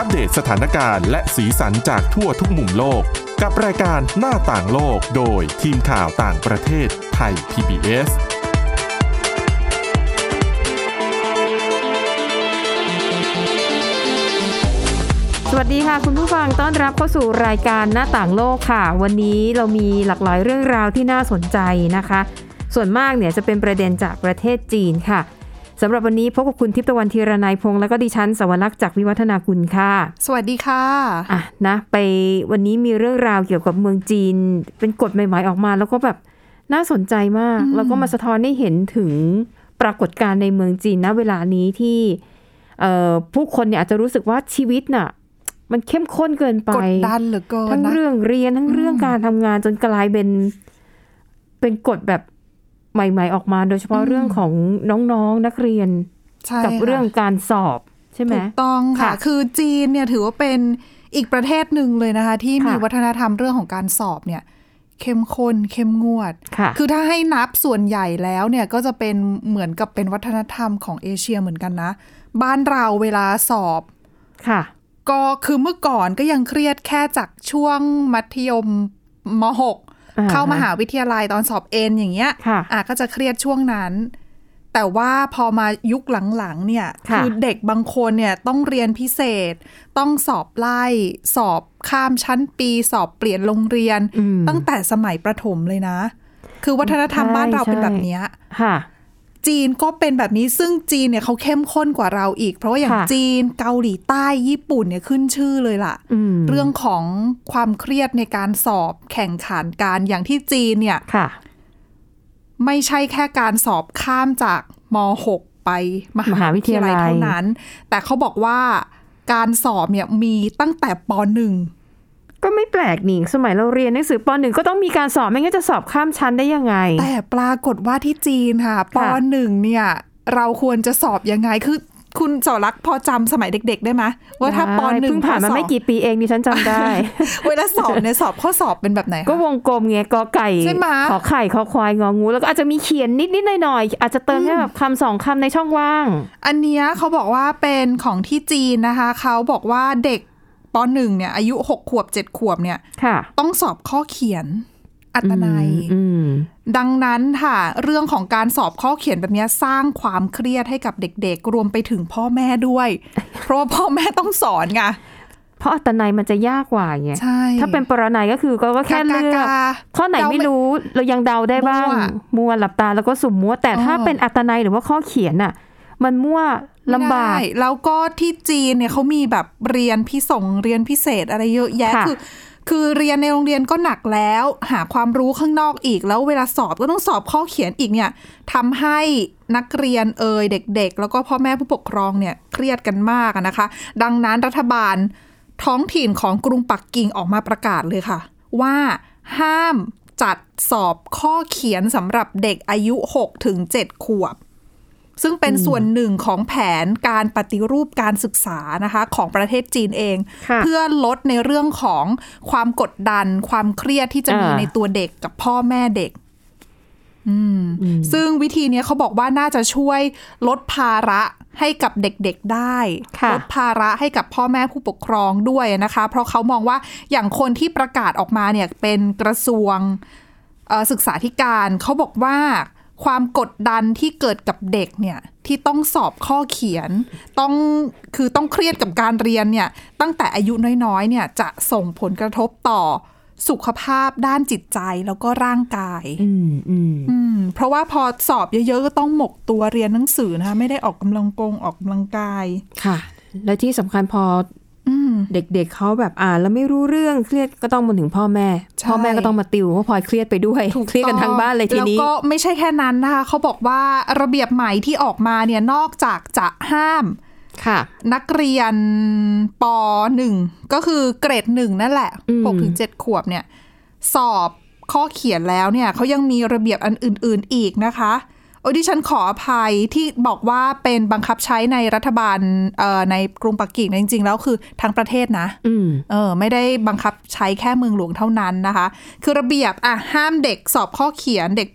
อัปเดตสถานการณ์และสีสันจากทั่วทุกมุมโลกกับรายการหน้าต่างโลกโดยทีมข่าวต่างประเทศไทย PBS สวัสดีค่ะคุณผู้ฟังต้อนรับเข้าสู่รายการหน้าต่างโลกค่ะวันนี้เรามีหลากหลายเรื่องราวที่น่าสนใจนะคะส่วนมากเนี่ยจะเป็นประเด็นจากประเทศจีนค่ะสำหรับวันนี้พบกับคุณทิพย์ตะวันธีรนัยพงษ์แล้วก็ดิฉันสวรักษ์จากวิวัฒนากุลค่ะสวัสดีค่ะนะไปวันนี้มีเรื่องราวเกี่ยวกับเมืองจีนเป็นกฎใหม่ๆออกมาแล้วก็แบบน่าสนใจมากแล้วก็มาสะท้อนให้เห็นถึงปรากฏการณ์ในเมืองจีนณเวลานี้ที่ผู้คนเนี่ยอาจจะรู้สึกว่าชีวิตน่ะมันเข้มข้นเกินไปกดดันเหลือเกินทั้งเรื่องเรียนทั้งเรื่องการทำงานจนกลายเป็นกฎแบบใหม่ๆออกมาโดยเฉพาะเรื่องของน้องๆนักเรียนกับเรื่องการสอบใช่ไหมถูกต้องค่ะคือจีนเนี่ยถือว่าเป็นอีกประเทศหนึ่งเลยนะคะที่มีวัฒนธรรมเรื่องของการสอบเนี่ยเข้มข้นเข้มงวดคือถ้าให้นับส่วนใหญ่แล้วเนี่ยก็จะเป็นเหมือนกับเป็นวัฒนธรรมของเอเชียเหมือนกันนะบ้านเราเวลาสอบค่ะก็คือเมื่อก่อนก็ยังเครียดแค่จากช่วงมัธยมม.6 เข้ามหาวิทยาลัยตอนสอบเอ็นอย่างเงี้ยก็จะเครียดช่วงนั้นแต่ว่าพอมายุคหลังๆเนี่ยคือเด็กบางคนเนี่ยต้องเรียนพิเศษต้องสอบไล่สอบข้ามชั้นปีสอบเปลี่ยนโรงเรียนตั้งแต่สมัยประถมเลยนะคือวัฒนธรรมบ้านเราเป็นแบบนี้จีนก็เป็นแบบนี้ซึ่งจีนเนี่ยเขาเข้มข้นกว่าเราอีกเพราะว่าอย่างจีนเกาหลีใต้ญี่ปุ่นเนี่ยขึ้นชื่อเลยล่ะเรื่องของความเครียดในการสอบแข่งขันการอย่างที่จีนเนี่ยไม่ใช่แค่การสอบข้ามจากม.6 ไปมหาวิทยาลัยเท่านั้นแต่เขาบอกว่าการสอบเนี่ยมีตั้งแต่ป.1 ก็ไม่แปลกนี่สมัยเราเรียนหนังสือป.1 ก็ต้องมีการสอบไม่งั้นจะสอบข้ามชั้นได้ยังไงแต่ปรากฏว่าที่จีนค่ะป.1 เนี่ยเราควรจะสอบยังไงคือคุณสรักษ์พอจำสมัยเด็กๆได้ไหมว่าถ้าป.1 เพิ่งผ่านมาไม่กี่ปีเองดิฉันจำได้เวลาสอบเนี่ยสอบข้อสอบเป็นแบบไหนก็วงกลมไงกอไก่ขอไข่ขอควายงองูแล้วก็อาจจะมีเขียนนิดๆหน่อยๆอาจจะเติมแค่แบบคำ2 คำในช่องว่างอันเนี้ยเขาบอกว่าเป็นของที่จีนนะคะเขาบอกว่าเด็กป.1 เนี่ยอายุ6 ขวบ 7 ขวบเนี่ยต้องสอบข้อเขียนอัตนัยดังนั้นค่ะเรื่องของการสอบข้อเขียนแบบนี้สร้างความเครียดให้กับเด็กๆรวมไปถึงพ่อแม่ด้วย เพราะว่าพ่อแม่ต้องสอนไงเพราะอัตนัยมันจะยากกว่าไงถ้าเป็นปรนัยก็คือก็แค่เลือกข้อไหนไม่รู้เรายังเดาได้บ้างมัวหลับตาแล้วก็สุ่มมั่วแต่ถ้าเป็นอัตนัยหรือว่าข้อเขียนน่ะมันมั่วลำบากแล้วก็ที่จีนเนี่ยเขามีแบบเรียนเรียนพิเศษอะไรเยอะแยะคือเรียนในโรงเรียนก็หนักแล้วหาความรู้ข้างนอกอีกแล้วเวลาสอบก็ต้องสอบข้อเขียนอีกเนี่ยทำให้นักเรียนเด็กๆแล้วก็พ่อแม่ผู้ปกครองเนี่ยเครียดกันมากนะคะดังนั้นรัฐบาลท้องถิ่นของกรุงปักกิ่งออกมาประกาศเลยค่ะว่าห้ามจัดสอบข้อเขียนสำหรับเด็กอายุ 6-7 ขวบซึ่งเป็นส่วนหนึ่งของแผนการปฏิรูปการศึกษานะคะของประเทศจีนเองเพื่อลดในเรื่องของความกดดันความเครียดที่จะมีในตัวเด็กกับพ่อแม่เด็กซึ่งวิธีนี้เขาบอกว่าน่าจะช่วยลดภาระให้กับเด็กๆได้ลดภาระให้กับพ่อแม่ผู้ปกครองด้วยนะคะเพราะเขามองว่าอย่างคนที่ประกาศออกมาเนี่ยเป็นกระทรวงศึกษาธิการเขาบอกว่าความกดดันที่เกิดกับเด็กเนี่ยที่ต้องสอบข้อเขียนต้องเครียดกับการเรียนเนี่ยตั้งแต่อายุน้อยๆเนี่ยจะส่งผลกระทบต่อสุขภาพด้านจิตใจแล้วก็ร่างกายเพราะว่าพอสอบเยอะๆก็ต้องหมกตัวเรียนหนังสือนะคะไม่ได้ออกกำลังกายค่ะและที่สำคัญพอเด็กๆเขาแบบแล้วไม่รู้เรื่องเครียดก็ต้องมาถึงพ่อแม่ก็ต้องมาติวเพราะพลอยเครียดไปด้วยเครียดกันทั้งบ้านเลยทีนี้แล้วก็ไม่ใช่แค่นั้นนะคะเขาบอกว่าระเบียบใหม่ที่ออกมาเนี่ยนอกจากจะห้ามนักเรียนป.1 ก็คือเกรด1นั่นแหละ 6-7 ขวบเนี่ยสอบข้อเขียนแล้วเนี่ยเขายังมีระเบียบอันอื่นๆอีกนะคะดิฉันขออภัยที่บอกว่าเป็นบังคับใช้ในรัฐบาลในกรุงปักกิ่งจริงๆแล้วคือทั้งประเทศนะไม่ได้บังคับใช้แค่เมืองหลวงเท่านั้นนะคะคือระเบียบห้ามเด็กสอบข้อเขียนเด็กป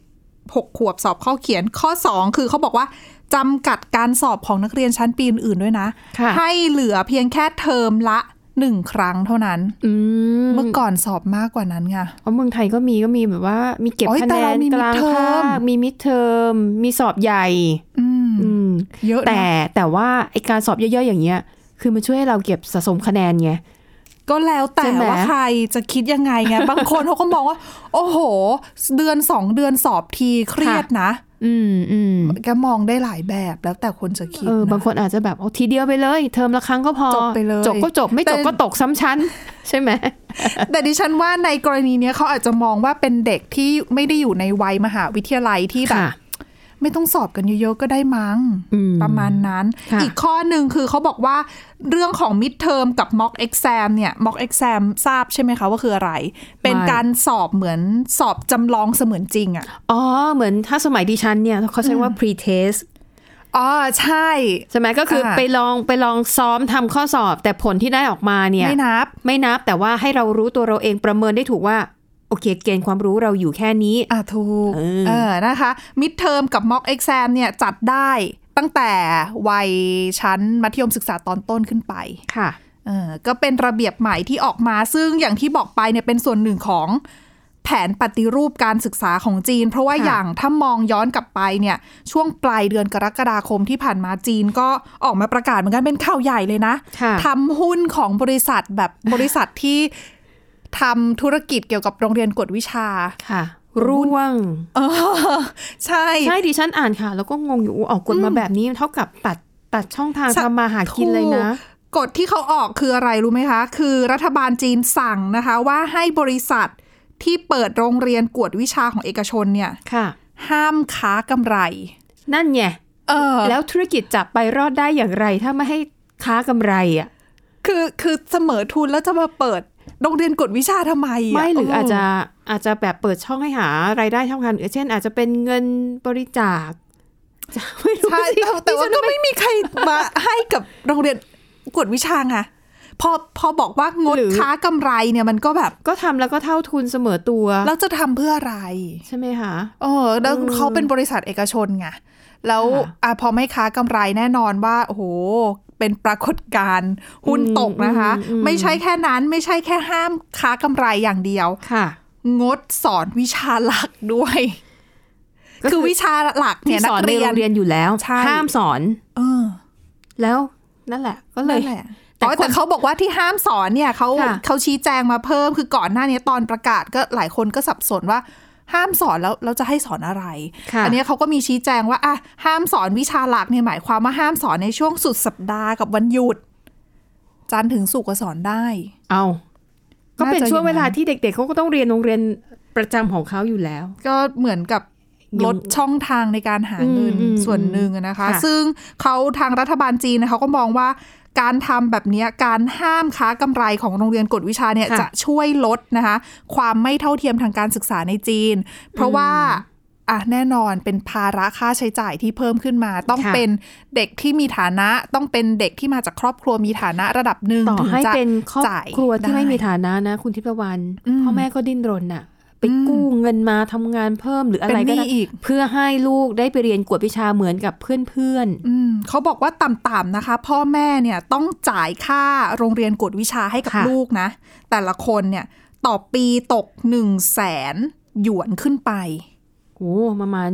6 ขวบสอบข้อเขียนข้อ2คือเขาบอกว่าจำกัดการสอบของนักเรียนชั้นปีอื่นๆด้วยนะให้เหลือเพียงแค่เทอมละ1 ครั้งเท่านั้นเมื่อก่อนสอบมากกว่านั้นไงเมืองไทยก็มีแบบว่ามีเก็บคะแนนกลางภาคมีมิดเทอมมีสอบใหญ่เยอะแต่ว่าไอการสอบเยอะๆอย่างเงี้ยคือมันช่วยให้เราเก็บสะสมคะแนนไงก็แล้วแต่ว่าใครจะคิดยังไงไง บางคนเขาก็มองว่าโอ้โหเดือน2 เดือนสอบทีเครียดนะก็มองได้หลายแบบแล้วแต่คนจะคิดบางคนอาจจะแบบเอาทีเดียวไปเลยเทอมละครั้งก็พอจบไปเลยจบก็จบไม่จบก็ตกซ้ำชั้นใช่ไหมแต่ดิฉันว่าในกรณีนี้เขาอาจจะมองว่าเป็นเด็กที่ไม่ได้อยู่ในวัยมหาวิทยาลัยที่แบบไม่ต้องสอบกันเยอะๆก็ได้มั้งประมาณนั้นอีกข้อหนึ่งคือเขาบอกว่าเรื่องของ mid term กับ mock exam เนี่ย mock exam ทราบใช่ไหมคะว่าคืออะไรเป็นการสอบเหมือนสอบจำลองเสมือนจริงอ่ะเหมือนถ้าสมัยดิฉันเนี่ยเขาใช้ว่า pre test ใช่ใช่ไหมก็คือไปลองซ้อมทำข้อสอบแต่ผลที่ได้ออกมาเนี่ยไม่นับแต่ว่าให้เรารู้ตัวเราเองประเมินได้ถูกว่าโอเคเกณฑ์ความรู้เราอยู่แค่นี้ถูกนะคะ mid term กับ mock exam เนี่ยจัดได้ตั้งแต่วัยชั้นมัธยมศึกษาตอนต้นขึ้นไปค่ะก็เป็นระเบียบใหม่ที่ออกมาซึ่งอย่างที่บอกไปเนี่ยเป็นส่วนหนึ่งของแผนปฏิรูปการศึกษาของจีนเพราะว่าอย่างถ้ามองย้อนกลับไปเนี่ยช่วงปลายเดือนกรกฎาคมที่ผ่านมาจีนก็ออกมาประกาศเหมือนกันเป็นข่าวใหญ่เลยนะทำหุ้นของบริษัทแบบบริษัทที่ทำธุรกิจเกี่ยวกับโรงเรียนกวดวิชาค่ะร่วงใช่ดิฉันอ่านค่ะแล้วก็งงอยู่ออกกฎมาแบบนี้เท่ากับตัดช่องทางทำมาหากินเลยนะกฎที่เขาออกคืออะไรรู้ไหมคะคือรัฐบาลจีนสั่งนะคะว่าให้บริษัทที่เปิดโรงเรียนกวดวิชาของเอกชนเนี่ยห้ามค้ากำไรนั่นไงแล้วธุรกิจจะไปรอดได้อย่างไรถ้าไม่ให้ค้ากำไรอ่ะคือเสมอทุนแล้วจะมาเปิดโรงเรียนกวดวิชาทำไมไม่หรืออาจจะแบบเปิดช่องให้หารายได้ช่องทางอื่นเช่นอาจจะเป็นเงินบริจาคไม่รู้แต่ว่าก็ไม่มีใครมาให้กับโรงเรียนกวดวิชาไงพอบอกว่างดค้ากำไรเนี่ยมันก็แบบก็ทำแล้วก็เท่าทุนเสมอตัวแล้วจะทำเพื่ออะไรใช่ไหมคะแล้วเขาเป็นบริษัทเอกชนไงแล้วพอไม่ค้ากำไรแน่นอนว่าโอ้โหเป็นปรากฏการณ์หุ้นตกนะคะไม่ใช่แค่นั้นไม่ใช่แค่ห้ามค้ากำไรอย่างเดียวงดสอนวิชาหลักด้วยคือวิชาหลักเนี่ยนักเรียนอยู่แล้วห้ามสอนแล้วนั่นแหละก็เลยแต่เขาบอกว่าที่ห้ามสอนเนี่ยเขาชี้แจงมาเพิ่มคือก่อนหน้านี้ตอนประกาศก็หลายคนก็สับสนว่าห้ามสอนแล้วจะให้สอนอะไรอันนี้เขาก็มีชี้แจงว่าห้ามสอนวิชาหลักเนี่ยหมายความว่าห้ามสอนในช่วงสุดสัปดาห์กับวันหยุดจันทร์ถึงศุกร์ก็สอนได้ก็เป็นช่วงเวลาที่เด็กๆเขาก็ต้องเรียนโรงเรียนประจำของเขาอยู่แล้วก็เหมือนกับลดช่องทางในการหาเงินส่วนหนึ่งนะคะซึ่งเขาทางรัฐบาลจีนเขาก็มองว่าการทำแบบนี้การห้ามค้ากำไรของโรงเรียนกวดวิชาเนี่ยจะช่วยลดนะคะความไม่เท่าเทียมทางการศึกษาในจีนเพราะว่าแน่นอนเป็นภาระค่าใช้จ่ายที่เพิ่มขึ้นมาต้องเป็นเด็กที่มีฐานะต้องเป็นเด็กที่มาจากครอบครัวมีฐานะระดับหนึ่งต่อให้เป็นครอบครัวที่ไม่มีฐานะนะคุณทิพวรรณพ่อแม่ก็ดิ้นรนน่ะไปกู้เงินมาทำงานเพิ่มหรืออะไรก็ได้เพื่อให้ลูกได้ไปเรียนกวดวิชาเหมือนกับเพื่อนๆเขาบอกว่าต่ำๆนะคะพ่อแม่เนี่ยต้องจ่ายค่าโรงเรียนกวดวิชาให้กับลูกนะแต่ละคนเนี่ยต่อปีตก 100,000 หยวนขึ้นไปประมาณ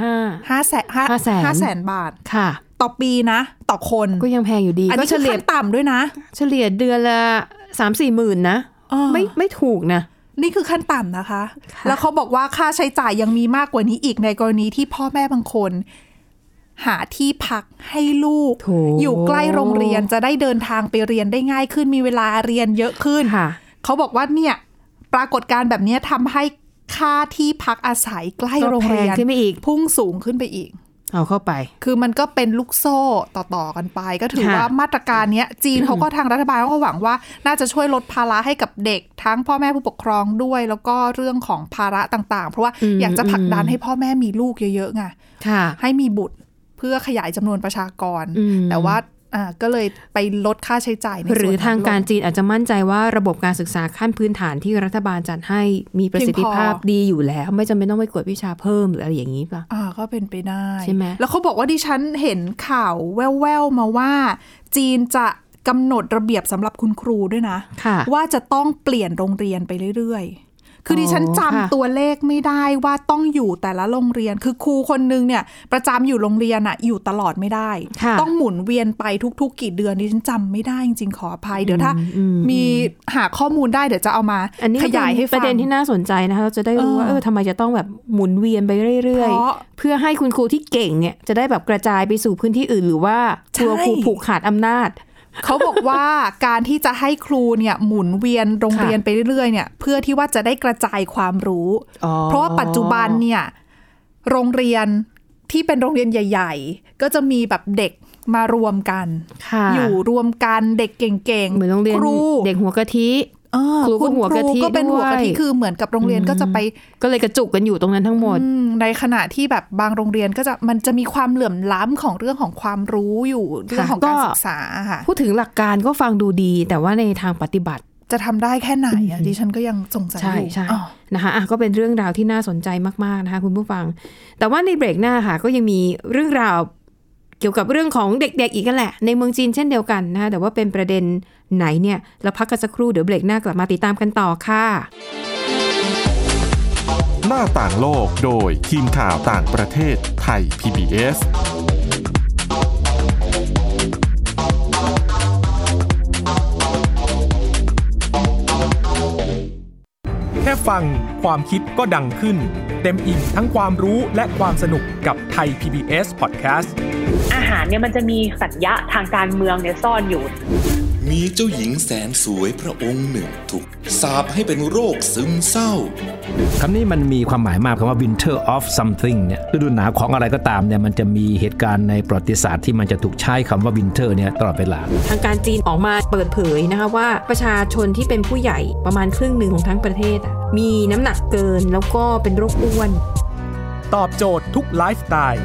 500,000 บาทค่ะต่อปีนะต่อคนก็ยังแพงอยู่ดีก็เฉลี่ยต่ำด้วยนะเฉลี่ยเดือนละ 3-4 หมื่นนะไม่ถูกนะนี่คือขั้นต่ำนะคะแล้วเขาบอกว่าค่าใช้จ่ายยังมีมากกว่านี้อีกในกรณีที่พ่อแม่บางคนหาที่พักให้ลูกอยู่ใกล้โรงเรียนจะได้เดินทางไปเรียนได้ง่ายขึ้นมีเวลาเรียนเยอะขึ้นเขาบอกว่าเนี่ยปรากฏการณ์แบบนี้ทำให้ค่าที่พักอาศัยใกล้โรงเรียนพุ่งสูงขึ้นไปอีกเอาเข้าไปคือมันก็เป็นลูกโซ่ต่อๆกันไปก็ถือว่ามาตรการนี้จีนเขาก็ทางรัฐบาลก็หวังว่าน่าจะช่วยลดภาระให้กับเด็กทั้งพ่อแม่ผู้ปกครองด้วยแล้วก็เรื่องของภาระต่างๆเพราะว่าอยากจะผลักดันให้พ่อแม่มีลูกเยอะๆไงให้มีบุตรเพื่อขยายจำนวนประชากรแต่ว่าก็เลยไปลดค่าใช้จ่ายในส่วนนั้นหรือทางการจีนอาจจะมั่นใจว่าระบบการศึกษาขั้นพื้นฐานที่รัฐบาลจัดให้มีประสิทธิภาพดีอยู่แล้วไม่จำเป็นต้องไปกวดวิชาเพิ่มหรืออะไรอย่างนี้ป่ะก็เป็นไปได้ใช่ไหมแล้วเขาบอกว่าดิฉันเห็นข่าวแว่วๆมาว่าจีนจะกำหนดระเบียบสำหรับคุณครูด้วยนะว่าจะต้องเปลี่ยนโรงเรียนไปเรื่อยๆคือดิฉันจำตัวเลขไม่ได้ว่าต้องอยู่แต่ละโรงเรียนคือครูคนนึงเนี่ยประจำอยู่โรงเรียนอยู่ตลอดไม่ได้ต้องหมุนเวียนไปทุกๆกี่เดือนดิฉันจำไม่ได้จริงๆขออภัยเดี๋ยวถ้ามีหาข้อมูลได้เดี๋ยวจะเอามาขยายให้ฟังประเด็นที่น่าสนใจนะคะเราจะได้รู้ว่าทำไมจะต้องแบบหมุนเวียนไปเรื่อยๆเพื่อให้คุณครูที่เก่งเนี่ยจะได้แบบกระจายไปสู่พื้นที่อื่นหรือว่ากลัวครูผูกขาดอำนาจเขาบอกว่าการที่จะให้ครูเนี่ยหมุนเวียนโรงเรียนไปเรื่อยๆเนี่ยเพื่อที่ว่าจะได้กระจายความรู้เพราะว่าปัจจุบันเนี่ยโรงเรียนที่เป็นโรงเรียนใหญ่ๆก็จะมีแบบเด็กมารวมกันอยู่รวมกันเด็กเก่งๆเหมือนโรงเรียนเด็กหัวกะทิครูก็หัวกะทิก็เป็นหัวกะทิคือเหมือนกับโรงเรียนก็จะไปก็เลยกระจุกกันอยู่ตรงนั้นทั้งหมดในขณะที่แบบบางโรงเรียนก็จะมันจะมีความเหลื่อมล้ำของเรื่องของความรู้อยู่เรื่องของการศึกษาค่ะพูดถึงหลักการก็ฟังดูดีแต่ว่าในทางปฏิบัติจะทำได้แค่ไหนดิฉันก็ยังสงสัยอยู่ใช่นะคะก็เป็นเรื่องราวที่น่าสนใจมากๆนะคะคุณผู้ฟังแต่ว่าในเบรกหน้าค่ะก็ยังมีเรื่องราวเกี่ยวกับเรื่องของเด็กๆอีกกันแหละในเมืองจีนเช่นเดียวกันนะคะแต่ว่าเป็นประเด็นไหนเนี่ยเราพักกันสักครู่เดี๋ยวเบรกหน้ากลับมาติดตามกันต่อค่ะหน้าต่างโลกโดยทีมข่าวต่างประเทศไทย PBS แค่ฟังความคิดก็ดังขึ้นเต็มอิ่มทั้งความรู้และความสนุกกับไทย PBS Podcast อาหารเนี่ยมันจะมีสัญญะทางการเมืองเนี่ยซ่อนอยู่มีเจ้าหญิงแสนสวยพระองค์หนึ่งถูกสาปให้เป็นโรคซึมเศร้าคำนี้มันมีความหมายมากคำว่า Winter of something เนี่ยฤดูหนาวของอะไรก็ตามเนี่ยมันจะมีเหตุการณ์ในประวัติศาสตร์ที่มันจะถูกใช้คำว่า Winter เนี่ยตลอดเวลาทางการจีนออกมาเปิดเผยนะคะว่าประชาชนที่เป็นผู้ใหญ่ประมาณครึ่งหนึ่งของทั้งประเทศมีน้ำหนักเกินแล้วก็เป็นโรคอ้วนตอบโจทย์ทุกไลฟ์สไตล์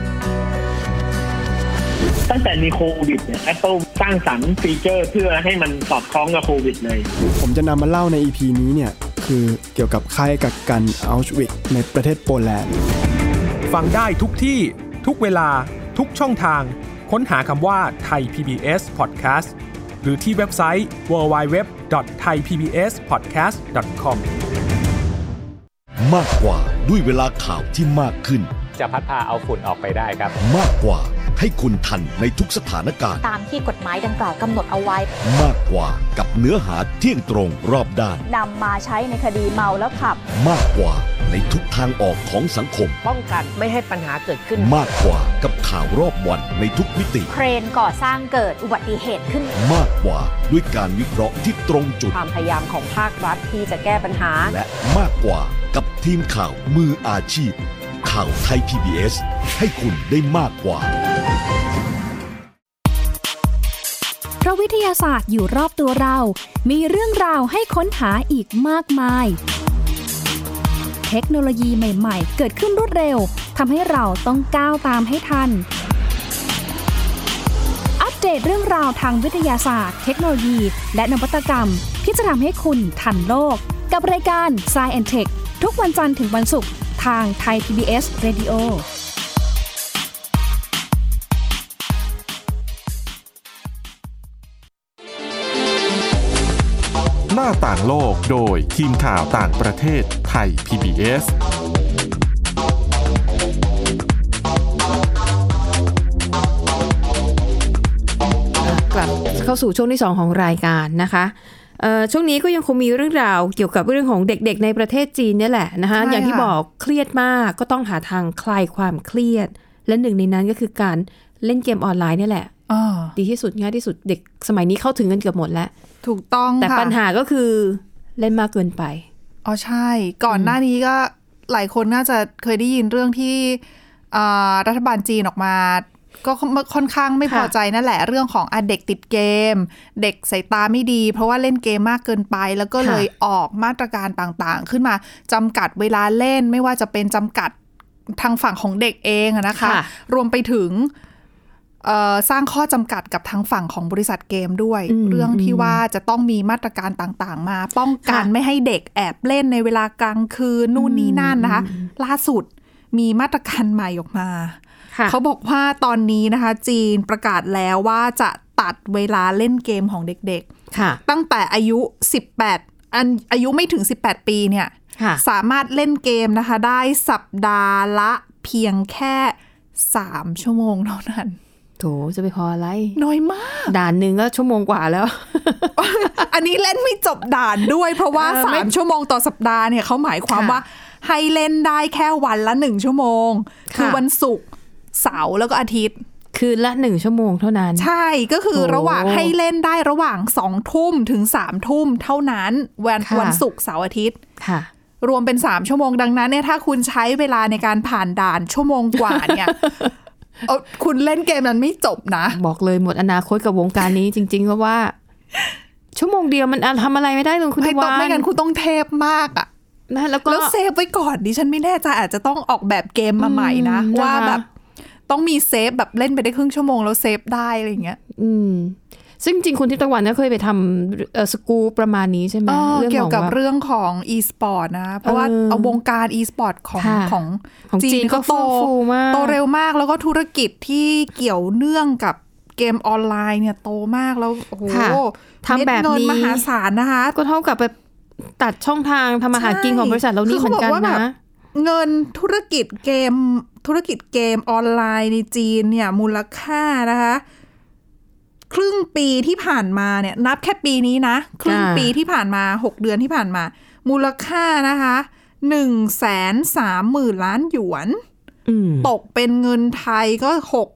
ตั้งแต่มีโควิดเนี่ย Apple สร้างสรรค์ฟีเจอร์เพื่อให้มันสอดคล้องกับโควิดเลยผมจะนำมาเล่าใน EP นี้เนี่ยคือเกี่ยวกับค่ายกักกันอัลชวิกในประเทศโปแลนด์ฟังได้ทุกที่ทุกเวลาทุกช่องทางค้นหาคำว่าไทย PBS Podcast หรือที่เว็บไซต์ www.thaipbspodcast.com มากกว่าด้วยเวลาข่าวที่มากขึ้นจะพัดพาเอาฝุ่นออกไปได้ครับมากกว่าให้คุณทันในทุกสถานการณ์ตามที่กฎหมายดังกล่าวกำหนดเอาไว้มากกว่ากับเนื้อหาเที่ยงตรงรอบด้านนำมาใช้ในคดีเมาแล้วขับมากกว่าในทุกทางออกของสังคมป้องกันไม่ให้ปัญหาเกิดขึ้นมากกว่ากับข่าวรอบวันในทุกมิติเครนก่อสร้างเกิดอุบัติเหตุขึ้นมากกว่าด้วยการวิเคราะห์ที่ตรงจุดความพยายามของภาครัฐที่จะแก้ปัญหาและมากกว่ากับทีมข่าวมืออาชีพข่าวไทย PBS ให้คุณได้มากกว่าเพราะวิทยาศาสตร์อยู่รอบตัวเรามีเรื่องราวให้ค้นหาอีกมากมายเทคโนโลยีใหม่ๆเกิดขึ้นรวดเร็วทำให้เราต้องก้าวตามให้ทันอัปเดตเรื่องราวทางวิทยาศาสตร์เทคโนโลยีและนวัตกรรมที่จะทำให้คุณทันโลกกับรายการ Science and Tech ทุกวันจันทร์ถึงวันศุกร์ทางไทย PBS Radio หน้าต่างโลกโดยทีมข่าวต่างประเทศไทย PBS กลับเข้าสู่ช่วงที่2ของรายการนะคะช่วงนี้ก็ยังคงมีเรื่องราวเกี่ยวกับเรื่องของเด็กๆในประเทศจีนนี่แหละนะคะอย่างที่บอกเครียดมากก็ต้องหาทางคลายความเครียดและหนึ่งในนั้นก็คือการเล่นเกมออนไลน์นี่แหละดีที่สุดง่ายที่สุดเด็กสมัยนี้เข้าถึงกันเกือบหมดแล้วถูกต้องแต่ปัญหาก็คือเล่นมากเกินไปใช่ก่อนหน้านี้ก็หลายคนน่าจะเคยได้ยินเรื่องที่รัฐบาลจีนออกมาก็ค่อนข้างไม่พอใจนั่นแหละเรื่องของเด็กติดเกมเด็กสายตาไม่ดีเพราะว่าเล่นเกมมากเกินไปแล้วก็เลยออกมาตรการต่างๆขึ้นมาจำกัดเวลาเล่นไม่ว่าจะเป็นจำกัดทางฝั่งของเด็กเองนะคะรวมไปถึงสร้างข้อจำกัดกับทางฝั่งของบริษัทเกมด้วยเรื่องที่ว่าจะต้องมีมาตรการต่างๆมาป้องกันไม่ให้เด็กแอบเล่นในเวลากลางคืนนู่นนี่นั่นนะคะล่าสุดมีมาตรการใหม่ออกมาเขาบอกว่าตอนนี้นะคะจีนประกาศแล้วว่าจะตัดเวลาเล่นเกมของเด็กๆตั้งแต่อายุ18อายุไม่ถึง18ปีเนี่ยสามารถเล่นเกมนะคะได้สัปดาห์ละเพียงแค่3ชั่วโมงเท่านั้นโถจะไปพออะไรน้อยมากด่านนึงก็ชั่วโมงกว่าแล้วอันนี้เล่นไม่จบด่านด้วยเพราะว่า3ชั่วโมงต่อสัปดาห์เนี่ยเขาหมายความว่าให้เล่นได้แค่วันละ1ชั่วโมงคือวันศุกร์เสาร์แล้วก็อาทิตย์คืนละ1ชั่วโมงเท่านั้นใช่ก็คือระหว่างให้เล่นได้ระหว่าง20:00 นถึง3:00 นเท่านั้นวันศุกร์เสาร์อาทิตย์รวมเป็น3ชั่วโมงดังนั้นเนี่ยถ้าคุณใช้เวลาในการผ่านด่านชั่วโมงกว่าเนี่ยคุณเล่นเกมนั้นไม่จบนะบอกเลยหมดอนาคตกับวงการนี้จริงๆเพราะว่าชั่วโมงเดียวมันทำอะไรไม่ได้เลยคุณวันไม่งั้นคุณต้องเทพมากอ่ะนะแล้วเซฟไว้ก่อนดิฉันไม่แน่ใจอาจจะต้องออกแบบเกมมาใหม่นะว่าแบบต้องมีเซฟแบบเล่นไปได้ครึ่งชั่วโมงแล้วเซฟได้อะไรอย่างเงี้ยซึ่งจริงคุณทิพย์ตะวันก็เคยไปทำสกู๊ปประมาณนี้ใช่ไหมเกี่ยวกับเรื่องของ e-sport นะเพราะว่าเอาวงการ e-sport ของจีนก็โตเร็วมากแล้วก็ธุรกิจที่เกี่ยวเนื่องกับเกมออนไลน์เนี่ยโตมากแล้วโอ้โหทำแบบนี้มหาศาลนะคะก็เท่ากับไปตัดช่องทางทำอาหารกินของบริษัทเรานี่เหมือนกันนะเงินธุรกิจเกมออนไลน์ในจีนเนี่ยมูลค่านะคะครึ่งปีที่ผ่านมาเนี่ยนับแค่ปีนี้นะครึ่งปีที่ผ่านมา6เดือนที่ผ่านมามูลค่านะคะ 130,000 ล้านหยวนตกเป็นเงินไทยก็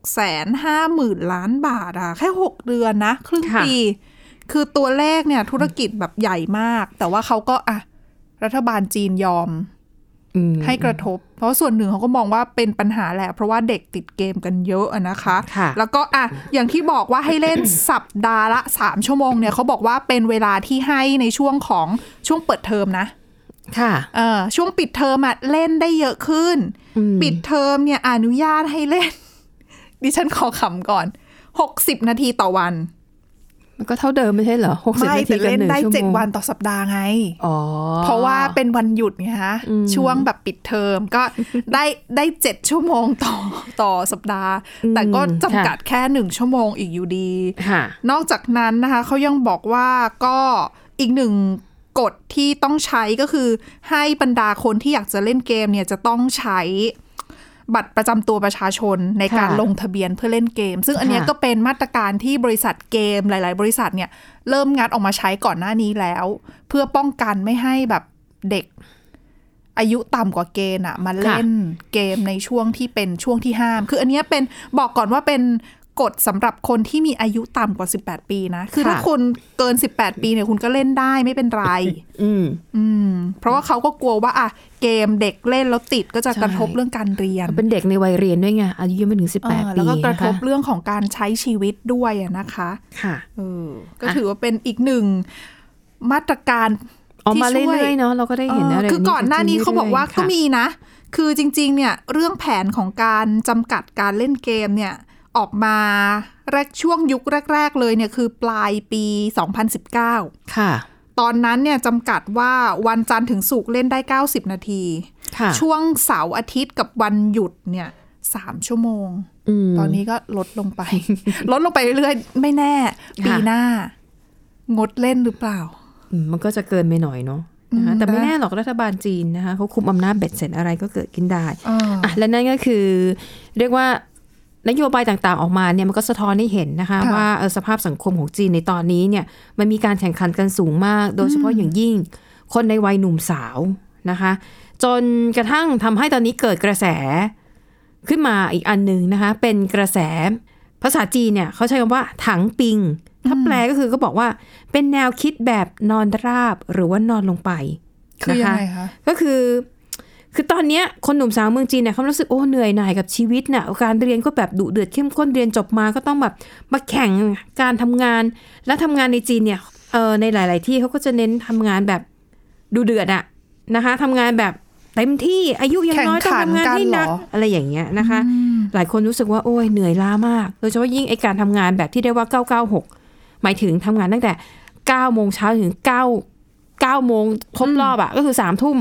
650,000 ล้านบาทอะแค่6เดือนนะครึ่งปีคือตัวเลขเนี่ยธุรกิจแบบใหญ่มากแต่ว่าเขาก็รัฐบาลจีนยอมให้กระทบเพราะส่วนหนึ่งเขาก็มองว่าเป็นปัญหาแหละเพราะว่าเด็กติดเกมกันเยอะนะคะแล้วก็อย่างที่บอกว่าให้เล่น สัปดาห์ละ3ชั่วโมงเนี่ยเขาบอกว่าเป็นเวลาที่ให้ในช่วงเปิดเทอมนะค่ะช่วงปิดเทอมเล่นได้เยอะขึ้นปิดเทอมเนี่ยอนุญาตให้เล่นดิฉันขอขำก่อน60นาทีต่อวันมันก็เท่าเดิมไม่ใช่เหรอ60นาทีกับ1ชั่วโมงไม่แต่เล่นได้7วันต่อสัปดาห์ไงเพราะว่าเป็นวันหยุดไงฮะช่วงแบบปิดเทอมก็ได้7ชั่วโมงต่อสัปดาห์แต่ก็จำกัดแค่1ชั่วโมงอีกอยู่ดีนอกจากนั้นนะคะเขายังบอกว่าก็อีก1กฎที่ต้องใช้ก็คือให้บรรดาคนที่อยากจะเล่นเกมเนี่ยจะต้องใช้บัตรประจำตัวประชาชนในการลงทะเบียนเพื่อเล่นเกมซึ่งอันนี้ก็เป็นมาตรการที่บริษัทเกมหลายๆบริษัทเนี่ยเริ่มงัดออกมาใช้ก่อนหน้านี้แล้วเพื่อป้องกันไม่ให้แบบเด็กอายุต่ำกว่าเกณฑ์มาเล่นเกมในช่วงที่เป็นช่วงที่ห้ามคืออันนี้เป็นบอกก่อนว่าเป็นกฎสำหรับคนที่มีอายุต่ำกว่า18ปีนะคือถ้าคุณเกิน18ปีเนี่ยคุณก็เล่นได้ไม่เป็นไรเพราะว่าเขาก็กลัวว่าเกมเด็กเล่นแล้วติดก็จะกระทบเรื่องการเรียนเป็นเด็กในวัยเรียนด้วยไงอายุยังไม่ถึง18ปีแล้วก็กระทบเรื่องของการใช้ชีวิตด้วยนะคะค่ะก็ถือว่าเป็นอีกหนึ่งมาตรการที่มาเรื่อยๆเนาะเราก็ได้เห็นอะไรคือก่อนหน้านี้เขาบอกว่าก็มีนะคือจริงๆเนี่ยเรื่องแผนของการจำกัดการเล่นเกมเนี่ยออกมาช่วงยุคแรกๆเลยเนี่ยคือปลายปี2019 ค่ะตอนนั้นเนี่ยจำกัดว่าวันจันทร์ถึงศุกร์เล่นได้90นาทีช่วงเสาร์อาทิตย์กับวันหยุดเนี่ย3ชั่วโมงตอนนี้ก็ลดลงไป ลดลงไปเรื่อยๆไม่แน่ปีหน้างดเล่นหรือเปล่ามันก็จะเกินไปหน่อยเนาะนะคะแต่ไม่แน่หรอกรัฐบาลจีนนะคะเขาคุมอำนาจเบ็ดเสร็จอะไรก็เกิดขึ้นได้และนั่นก็คือเรียกว่านโยบายต่างๆออกมาเนี่ยมันก็สะท้อนให้เห็นนะคะว่าสภาพสังคมของจีนในตอนนี้เนี่ยมันมีการแข่งขันกันสูงมากโดยเฉพาะอย่างยิ่งคนในวัยหนุ่มสาวนะคะจนกระทั่งทำให้ตอนนี้เกิดกระแสขึ้นมาอีกอันนึงนะคะเป็นกระแสภาษาจีนเนี่ยเขาใช้คำว่าถังปิงถ้าแปลก็คือก็บอกว่าเป็นแนวคิดแบบนอนราบหรือว่านอนลงไปคือยังไงคะก็คือตอนนี้คนหนุ่มสาวเมืองจีนเนี่ยเขารู้สึกเหนื่อยหน่ายกับชีวิตน่ะการเรียนก็แบบดุเดือดเข้มข้นเรียนจบมาก็ต้องแบบมาแข่งการทำงานและทำงานในจีนเนี่ยในหลายๆที่เขาก็จะเน้นทำงานแบบดุเดือดอะนะคะทำงานแบบเต็มที่อายุยังน้อยต้องทำงานให้หนักอะไรอย่างเงี้ยนะคะหลายคนรู้สึกว่าโอ้ยเหนื่อยล้ามากโดยเฉพาะยิ่งไอการทำงานแบบที่เรียกว่า996หมายถึงทำงานตั้งแต่9 โมงเช้าถึง9โมงครบรอบก็คือ3 ทุ่ม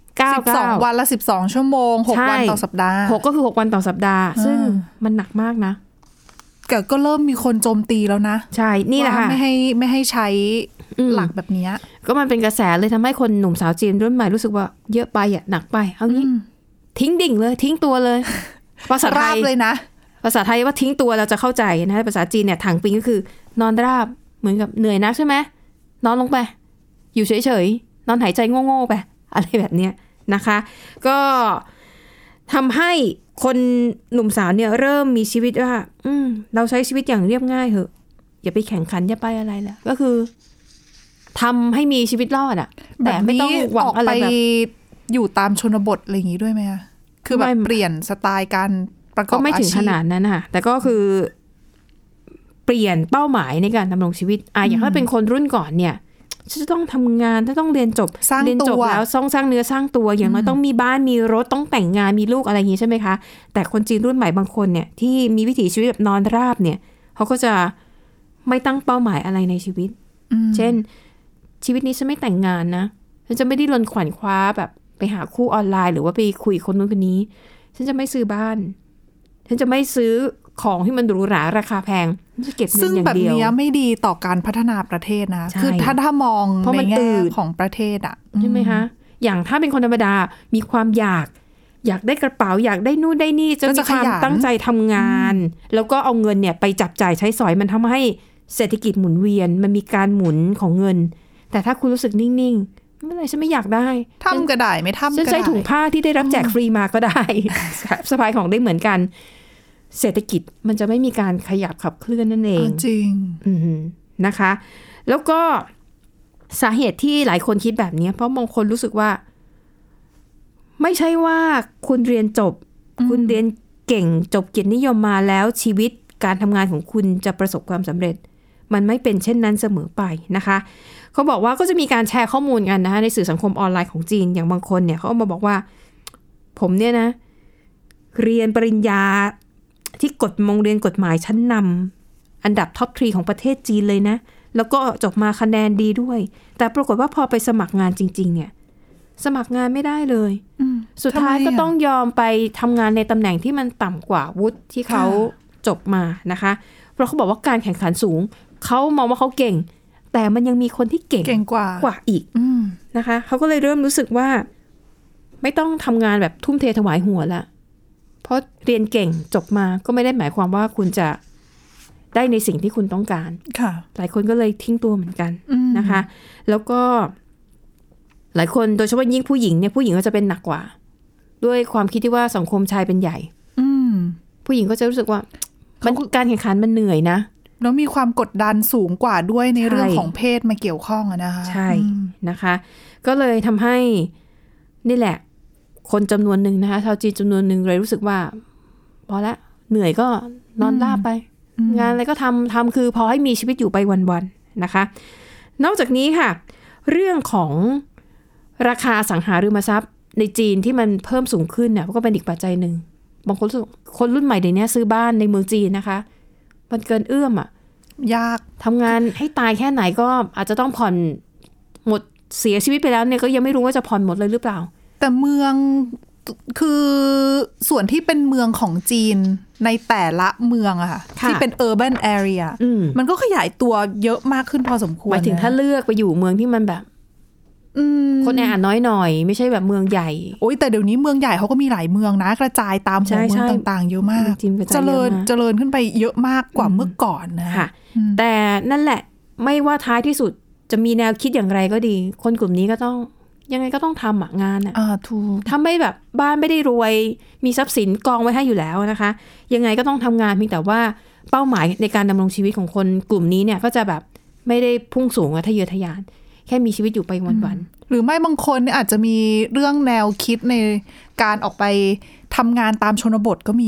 12วันละ12ชั่วโมง6วันต่อสัปดาห์ 6ก็คือ6วันต่อสัปดาห์ซึ่งมันหนักมากนะก็เริ่มมีคนโจมตีแล้วนะใช่นี่แหละค่ะไม่ให้ใช้หลักแบบนี้ก็มันเป็นกระแสเลยทำให้คนหนุ่มสาวจีนรุ่นใหม่รู้สึกว่าเยอะไปหนักไปเอางี้ทิ้งดิ่งเลยทิ้งตัวเลยภาษาไทยเลยนะภาษาไทยว่าทิ้งตัวเราจะเข้าใจนะภาษาจีนเนี่ยถังปิงก็คือนอนราบเหมือนกับเหนื่อยนักใช่ไหมนอนลงไปอยู่เฉยๆนอนหายใจโง่ๆไปอะไรแบบนี้นะคะก็ทำให้คนหนุ่มสาวเนี่ยเริ่มมีชีวิตว่าเราใช้ชีวิตอย่างเรียบง่ายเถอะอย่าไปแข่งขันอย่าไปอะไรแหละก็คือทำให้มีชีวิตรอดแต่ไม่ต้องหวังอะไรแบบอยู่ตามชนบทอะไรอย่างนี้ด้วยไหมคะคือแบบเปลี่ยนสไตล์การประกอบอาชีพก็ไม่ถึงขนาดนั้นค่ะแต่ก็คือเปลี่ยนเป้าหมายในการดำรงชีวิตอย่างถ้าเป็นคนรุ่นก่อนเนี่ยจะต้องทำงานถ้าต้องเรียนจบแล้วสร้างเนื้อสร้างตัวอย่างน้อยต้องมีบ้านมีรถต้องแต่งงานมีลูกอะไรอย่างนี้ใช่ไหมคะแต่คนจีนรุ่นใหม่บางคนเนี่ยที่มีวิถีชีวิตแบบนอนราบเนี่ยเขาก็จะไม่ตั้งเป้าหมายอะไรในชีวิตเช่นชีวิตนี้ฉันไม่แต่งงานนะฉันจะไม่ได้รนขวัญคว้าแบบไปหาคู่ออนไลน์หรือว่าไปคุยคนนู้นคนนี้ฉันจะไม่ซื้อบ้านฉันจะไม่ซื้อของที่มันหรูหราราคาแพงจะเก็บเงินอย่างเดียวซึ่งแบบนี้ไม่ดีต่อการพัฒนาประเทศนะคือถ้ามองในแง่ของประเทศใช่ไหมคะอย่างถ้าเป็นคนธรรมดามีความอยากได้กระเป๋าอยากได้นู่นได้นี่จะมีความตั้งใจทำงานแล้วก็เอาเงินเนี่ยไปจับจ่ายใช้สอยมันทำให้เศรษฐกิจหมุนเวียนมันมีการหมุนของเงินแต่ถ้าคุณรู้สึกนิ่งๆไม่เป็นไรฉันไม่อยากได้ทำก็ได้ไม่ทำก็ได้ฉันใช้ถุงผ้าที่ได้รับแจกฟรีมาก็ได้สะพายของได้เหมือนกันเศรษฐกิจมันจะไม่มีการขยับขับเคลื่อนนั่นเองจริงนะคะแล้วก็สาเหตุที่หลายคนคิดแบบนี้เพราะบางคนรู้สึกว่าไม่ใช่ว่าคุณเรียนจบคุณเรียนเก่งจบเกียรตินิยมมาแล้วชีวิตการทำงานของคุณจะประสบความสำเร็จมันไม่เป็นเช่นนั้นเสมอไปนะคะเขาบอกว่าก็จะมีการแชร์ข้อมูลกันนะคะในสื่อสังคมออนไลน์ของจีนอย่างบางคนเนี่ยเขาเอามาบอกว่าผมเนี่ยนะเรียนปริญญาที่โรงเรียนกฎหมายชั้นนำอันดับท็อป3ของประเทศจีนเลยนะแล้วก็จบมาคะแนนดีด้วยแต่ปรากฏว่าพอไปสมัครงานจริงๆเนี่ยสมัครงานไม่ได้เลยสุดท้ายก็ต้องยอมไปทำงานในตำแหน่งที่มันต่ำกว่าวุฒิที่เขาจบมานะคะเพราะเขาบอกว่าการแข่งขันสูงเขามองว่าเขาเก่งแต่มันยังมีคนที่เก่งกว่าอีกนะคะเขาก็เลยเริ่มรู้สึกว่าไม่ต้องทำงานแบบทุ่มเทถวายหัวละเพราะเรียนเก่งจบมาก็ไม่ได้หมายความว่าคุณจะได้ในสิ่งที่คุณต้องการหลายคนก็เลยทิ้งตัวเหมือนกันนะคะแล้วก็หลายคนโดยเฉพาะยิ่งผู้หญิงเนี่ยผู้หญิงก็จะเป็นหนักกว่าด้วยความคิดที่ว่าสังคมชายเป็นใหญ่ผู้หญิงก็จะรู้สึกว่ามันการแข่งขันมันเหนื่อยนะแล้วมีความกดดันสูงกว่าด้วยในเรื่องของเพศมาเกี่ยวข้องนะคะใช่นะคะก็เลยทำให้นี่แหละคนจำนวนหนึ่งนะคะชาวจีนจำนวนหนึ่งเลยรู้สึกว่าพอละเหนื่อยก็นอนราบไปงานอะไรก็ทำคือพอให้มีชีวิตอยู่ไปวันๆนะคะนอกจากนี้ค่ะเรื่องของราคาอสังหาริมทรัพย์ในจีนที่มันเพิ่มสูงขึ้นเนี่ยก็เป็นอีกปัจจัยหนึ่งบางคนรุ่นใหม่เดี๋ยวนี้ซื้อบ้านในเมืองจีนนะคะมันเกินเอื้อมยากทำงานให้ตายแค่ไหนก็อาจจะต้องผ่อนหมดเสียชีวิตไปแล้วเนี่ยก็ยังไม่รู้ว่าจะผ่อนหมดเลยหรือเปล่าแต่เมืองคือส่วนที่เป็นเมืองของจีนในแต่ละเมืองอะค่ะที่เป็น urban area มันก็ขยายตัวเยอะมากขึ้นพอสมควรหมายถึงถ้าเลือกไปอยู่เมืองที่มันแบบคนแออัดน้อยหน่อยไม่ใช่แบบเมืองใหญ่โอ้ยแต่เดี๋ยวนี้เมืองใหญ่เขาก็มีหลายเมืองนะกระจายตามหัวเมืองต่างๆเยอะมากเจริญขึ้นไปเยอะมากกว่าเมื่อก่อนนะค่ะแต่นั่นแหละไม่ว่าท้ายที่สุดจะมีแนวคิดอย่างไรก็ดีคนกลุ่มนี้ก็ต้องยังไงก็ต้องทำงานถูกทำไม่แบบบ้านไม่ได้รวยมีทรัพย์สินกองไว้ให้อยู่แล้วนะคะยังไงก็ต้องทำงานเพียงแต่ว่าเป้าหมายในการดำรงชีวิตของคนกลุ่มนี้เนี่ยก็จะแบบไม่ได้พุ่งสูงทะเยอทะยานแค่มีชีวิตอยู่ไปวันๆหรือไม่บางคนอาจจะมีเรื่องแนวคิดในการออกไปทำงานตามชนบทก็มีนะ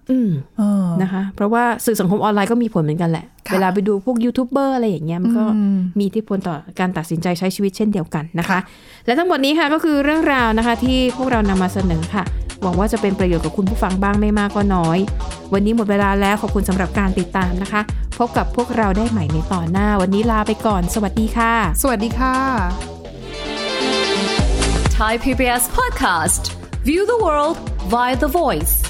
นะคะเพราะว่าสื่อสังคมออนไลน์ก็มีผลเหมือนกันแหละเวลาไปดูพวกยูทูบเบอร์อะไรอย่างเงี้ยมันก็มีอิทธิพลต่อการตัดสินใจใช้ชีวิตเช่นเดียวกันนะคะและทั้งหมดนี้ค่ะก็คือเรื่องราวนะคะที่พวกเรานำมาเสนอค่ะหวังว่าจะเป็นประโยชน์กับคุณผู้ฟังบ้างไม่มากก็น้อยวันนี้หมดเวลาแล้วขอบคุณสำหรับการติดตามนะคะพบกับพวกเราได้ใหม่ในตอนหน้าวันนี้ลาไปก่อนสวัสดีค่ะสวัสดีค่ะ Thai PBS Podcast View the world via The Voice